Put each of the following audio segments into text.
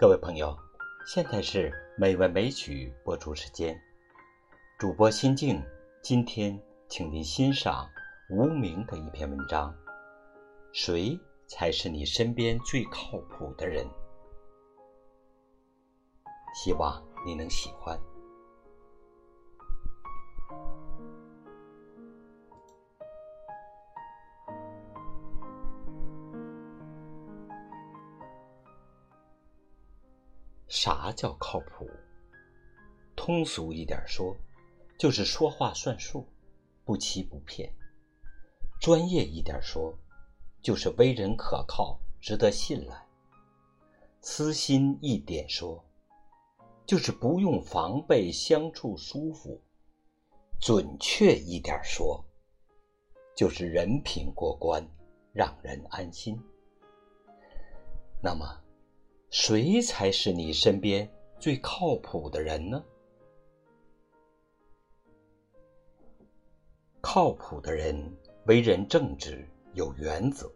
各位朋友，现在是美文美曲播出时间，主播心静，今天请您欣赏无名的一篇文章。谁才是你身边最靠谱的人？希望你能喜欢。啥叫靠谱？通俗一点说，就是说话算数，不欺不骗；专业一点说，就是为人可靠，值得信赖；私心一点说，就是不用防备，相处舒服；准确一点说，就是人品过关，让人安心。那么谁才是你身边最靠谱的人呢？靠谱的人为人正直，有原则。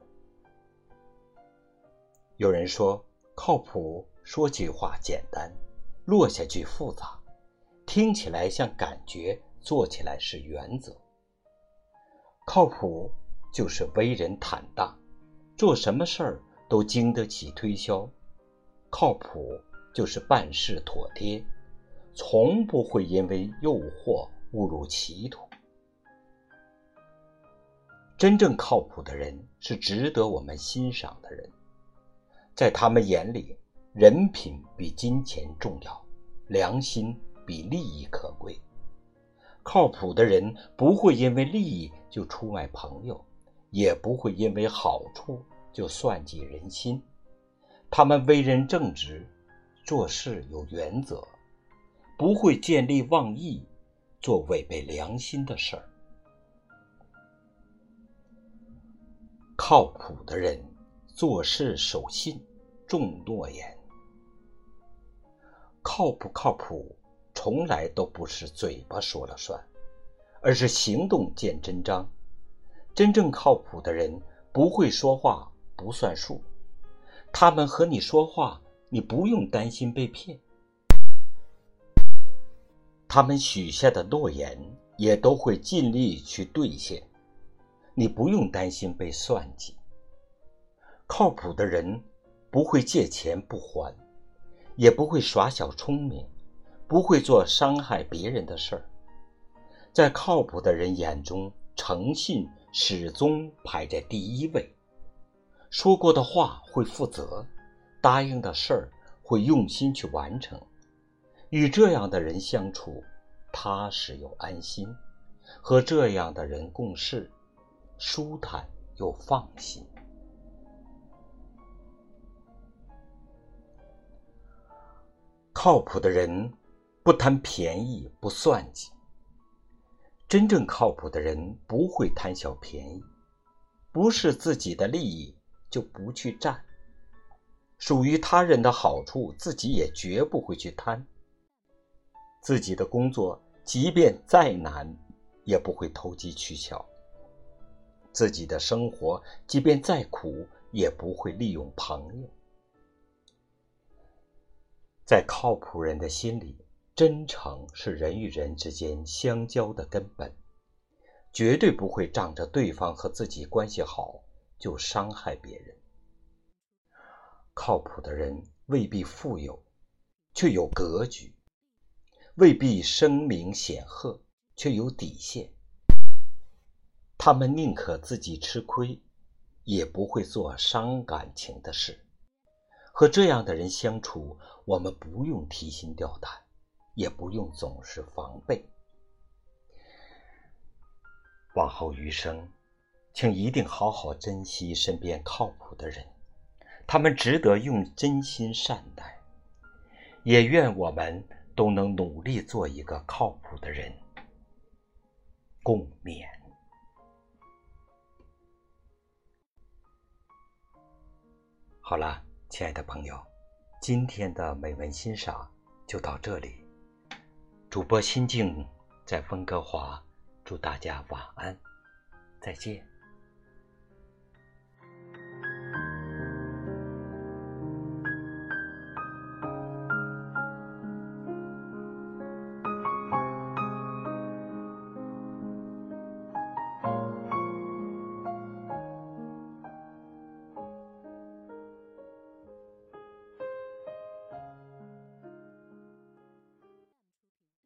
有人说，靠谱说句话简单，落下句复杂，听起来像感觉，做起来是原则。靠谱就是为人坦荡，做什么事儿都经得起推销。靠谱就是办事妥帖，从不会因为诱惑误入歧途。真正靠谱的人是值得我们欣赏的人，在他们眼里，人品比金钱重要，良心比利益可贵。靠谱的人不会因为利益就出卖朋友，也不会因为好处就算计人心。他们为人正直，做事有原则，不会见利忘义，做违背良心的事儿。靠谱的人做事守信，重诺言。靠不靠谱从来都不是嘴巴说了算，而是行动见真章。真正靠谱的人不会说话不算数，他们和你说话，你不用担心被骗。他们许下的诺言也都会尽力去兑现，你不用担心被算计。靠谱的人不会借钱不还，也不会耍小聪明，不会做伤害别人的事儿。在靠谱的人眼中，诚信始终排在第一位。说过的话会负责，答应的事儿会用心去完成。与这样的人相处，踏实又安心；和这样的人共事，舒坦又放心。靠谱的人不贪便宜，不算计。真正靠谱的人不会贪小便宜，不是自己的利益就不去占，属于他人的好处自己也绝不会去贪。自己的工作即便再难，也不会投机取巧。自己的生活即便再苦，也不会利用朋友。在靠谱人的心里，真诚是人与人之间相交的根本，绝对不会仗着对方和自己关系好就伤害别人。靠谱的人未必富有，却有格局；未必声名显赫，却有底线。他们宁可自己吃亏，也不会做伤感情的事。和这样的人相处，我们不用提心吊胆，也不用总是防备。往后余生，请一定好好珍惜身边靠谱的人，他们值得用真心善待。也愿我们都能努力做一个靠谱的人。共勉。好了，亲爱的朋友，今天的美文欣赏就到这里。主播心静在温哥华，祝大家晚安，再见。